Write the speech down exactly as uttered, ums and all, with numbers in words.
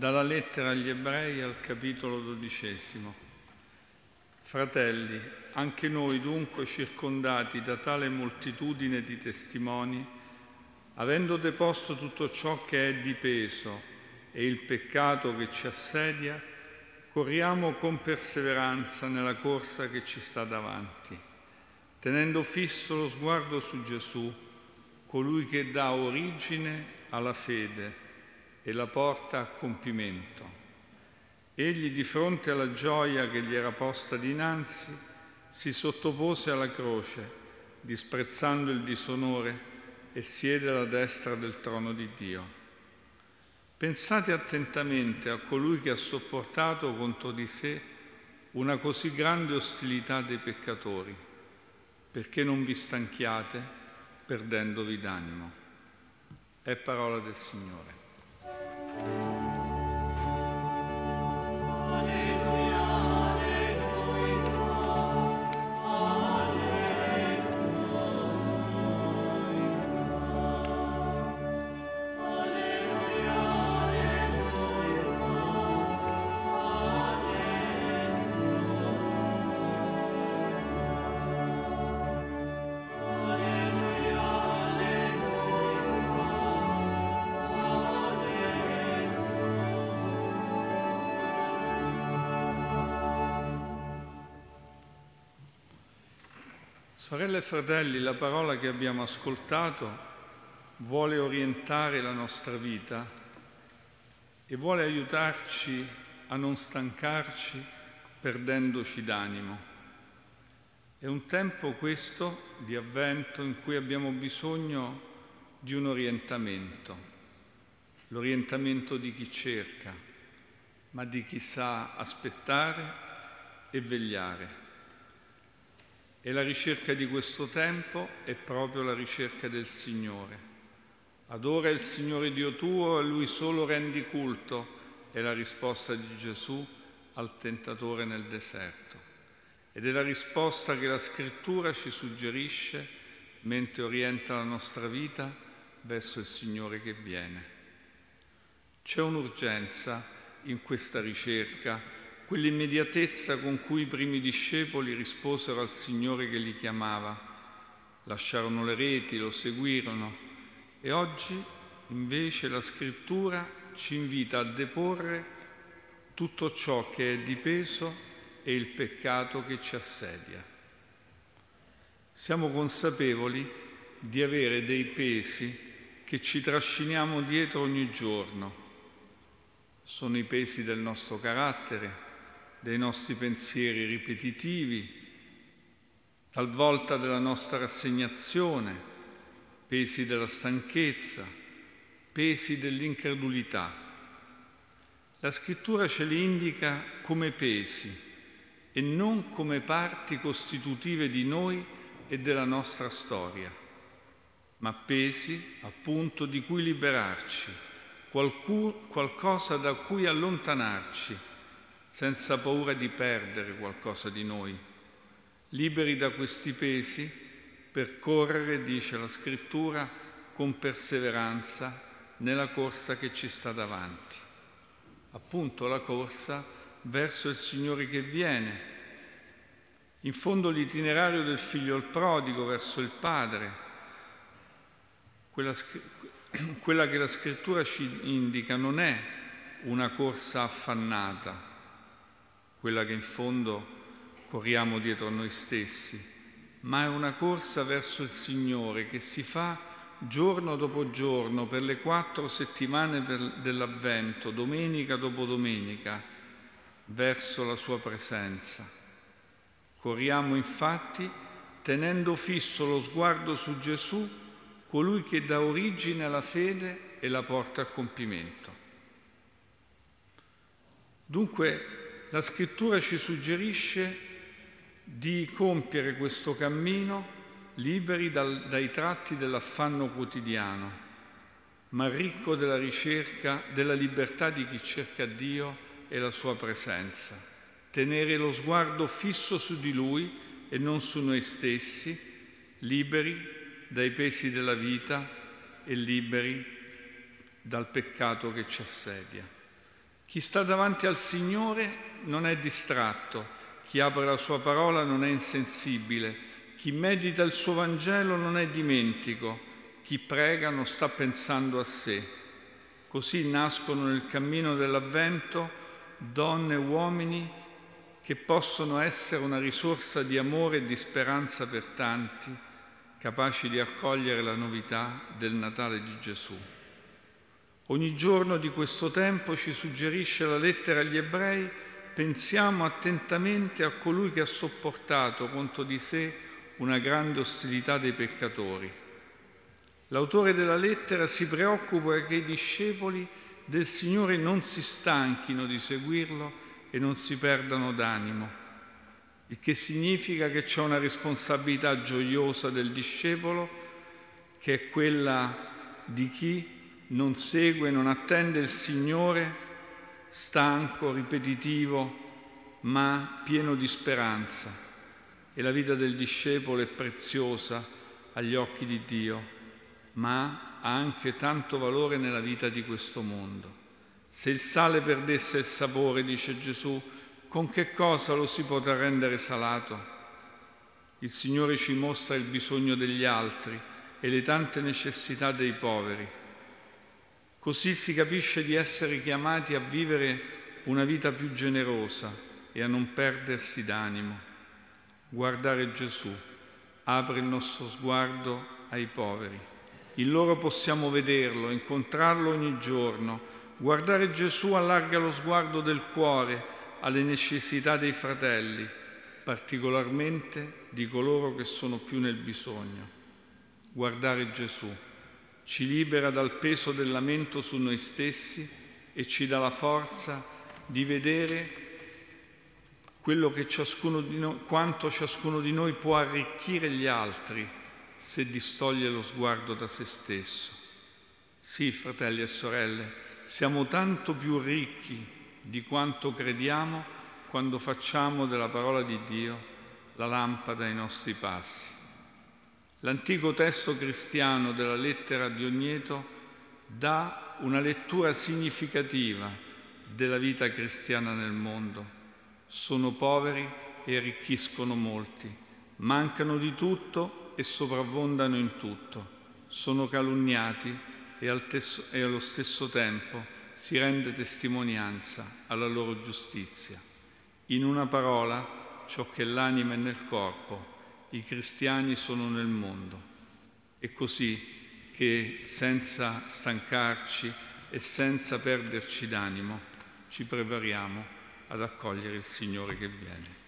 Dalla lettera agli Ebrei al capitolo dodicesimo. Fratelli, anche noi dunque, circondati da tale moltitudine di testimoni, avendo deposto tutto ciò che è di peso e il peccato che ci assedia, corriamo con perseveranza nella corsa che ci sta davanti, tenendo fisso lo sguardo su Gesù, colui che dà origine alla fede e la porta a compimento. Egli, di fronte alla gioia che gli era posta dinanzi, si sottopose alla croce, disprezzando il disonore, e siede alla destra del trono di Dio. Pensate attentamente a colui che ha sopportato contro di sé una così grande ostilità dei peccatori, perché non vi stanchiate perdendovi d'animo. È parola del Signore. Sorelle e fratelli, la parola che abbiamo ascoltato vuole orientare la nostra vita e vuole aiutarci a non stancarci perdendoci d'animo. È un tempo questo di Avvento in cui abbiamo bisogno di un orientamento, l'orientamento di chi cerca, ma di chi sa aspettare e vegliare. E la ricerca di questo tempo è proprio la ricerca del Signore. Adora il Signore Dio tuo, a Lui solo rendi culto, è la risposta di Gesù al tentatore nel deserto. Ed è la risposta che la Scrittura ci suggerisce mentre orienta la nostra vita verso il Signore che viene. C'è un'urgenza in questa ricerca, quell'immediatezza con cui i primi discepoli risposero al Signore che li chiamava, lasciarono le reti, lo seguirono, e oggi invece la Scrittura ci invita a deporre tutto ciò che è di peso e il peccato che ci assedia. Siamo consapevoli di avere dei pesi che ci trasciniamo dietro ogni giorno. Sono i pesi del nostro carattere, dei nostri pensieri ripetitivi, talvolta della nostra rassegnazione, pesi della stanchezza, pesi dell'incredulità. La Scrittura ce li indica come pesi e non come parti costitutive di noi e della nostra storia, ma pesi appunto di cui liberarci, qualcu- qualcosa da cui allontanarci, senza paura di perdere qualcosa di noi, liberi da questi pesi per correre, dice la Scrittura, con perseveranza nella corsa che ci sta davanti. Appunto la corsa verso il Signore che viene. In fondo l'itinerario del figlio il prodigo verso il Padre, quella, quella che la Scrittura ci indica non è una corsa affannata, quella che in fondo corriamo dietro a noi stessi, ma è una corsa verso il Signore che si fa giorno dopo giorno per le quattro settimane dell'Avvento, domenica dopo domenica, verso la sua presenza. Corriamo infatti tenendo fisso lo sguardo su Gesù, colui che dà origine alla fede e la porta a compimento. Dunque, la Scrittura ci suggerisce di compiere questo cammino liberi dal, dai tratti dell'affanno quotidiano, ma ricco della ricerca, della libertà di chi cerca Dio e la sua presenza. Tenere lo sguardo fisso su di Lui e non su noi stessi, liberi dai pesi della vita e liberi dal peccato che ci assedia. Chi sta davanti al Signore non è distratto, chi apre la sua parola non è insensibile, chi medita il suo Vangelo non è dimentico, chi prega non sta pensando a sé. Così nascono nel cammino dell'Avvento donne e uomini che possono essere una risorsa di amore e di speranza per tanti, capaci di accogliere la novità del Natale di Gesù. Ogni giorno di questo tempo, ci suggerisce la lettera agli Ebrei, pensiamo attentamente a colui che ha sopportato contro di sé una grande ostilità dei peccatori. L'autore della lettera si preoccupa che i discepoli del Signore non si stanchino di seguirlo e non si perdano d'animo, il che significa che c'è una responsabilità gioiosa del discepolo, che è quella di chi non segue, non attende il Signore, stanco, ripetitivo, ma pieno di speranza. E la vita del discepolo è preziosa agli occhi di Dio, ma ha anche tanto valore nella vita di questo mondo. Se il sale perdesse il sapore, dice Gesù, con che cosa lo si potrà rendere salato? Il Signore ci mostra il bisogno degli altri e le tante necessità dei poveri. Così si capisce di essere chiamati a vivere una vita più generosa e a non perdersi d'animo. Guardare Gesù apre il nostro sguardo ai poveri. In loro possiamo vederlo, incontrarlo ogni giorno. Guardare Gesù allarga lo sguardo del cuore alle necessità dei fratelli, particolarmente di coloro che sono più nel bisogno. Guardare Gesù ci libera dal peso del lamento su noi stessi e ci dà la forza di vedere quello che ciascuno di noi, quanto ciascuno di noi può arricchire gli altri se distoglie lo sguardo da se stesso. Sì, fratelli e sorelle, siamo tanto più ricchi di quanto crediamo quando facciamo della parola di Dio la lampada ai nostri passi. L'antico testo cristiano della lettera di Ogneto dà una lettura significativa della vita cristiana nel mondo. Sono poveri e arricchiscono molti, mancano di tutto e sopravvondano in tutto, sono calunniati e, al tesso, e allo stesso tempo si rende testimonianza alla loro giustizia. In una parola, ciò che l'anima è nel corpo, i cristiani sono nel mondo. È così che, senza stancarci e senza perderci d'animo, ci prepariamo ad accogliere il Signore che viene.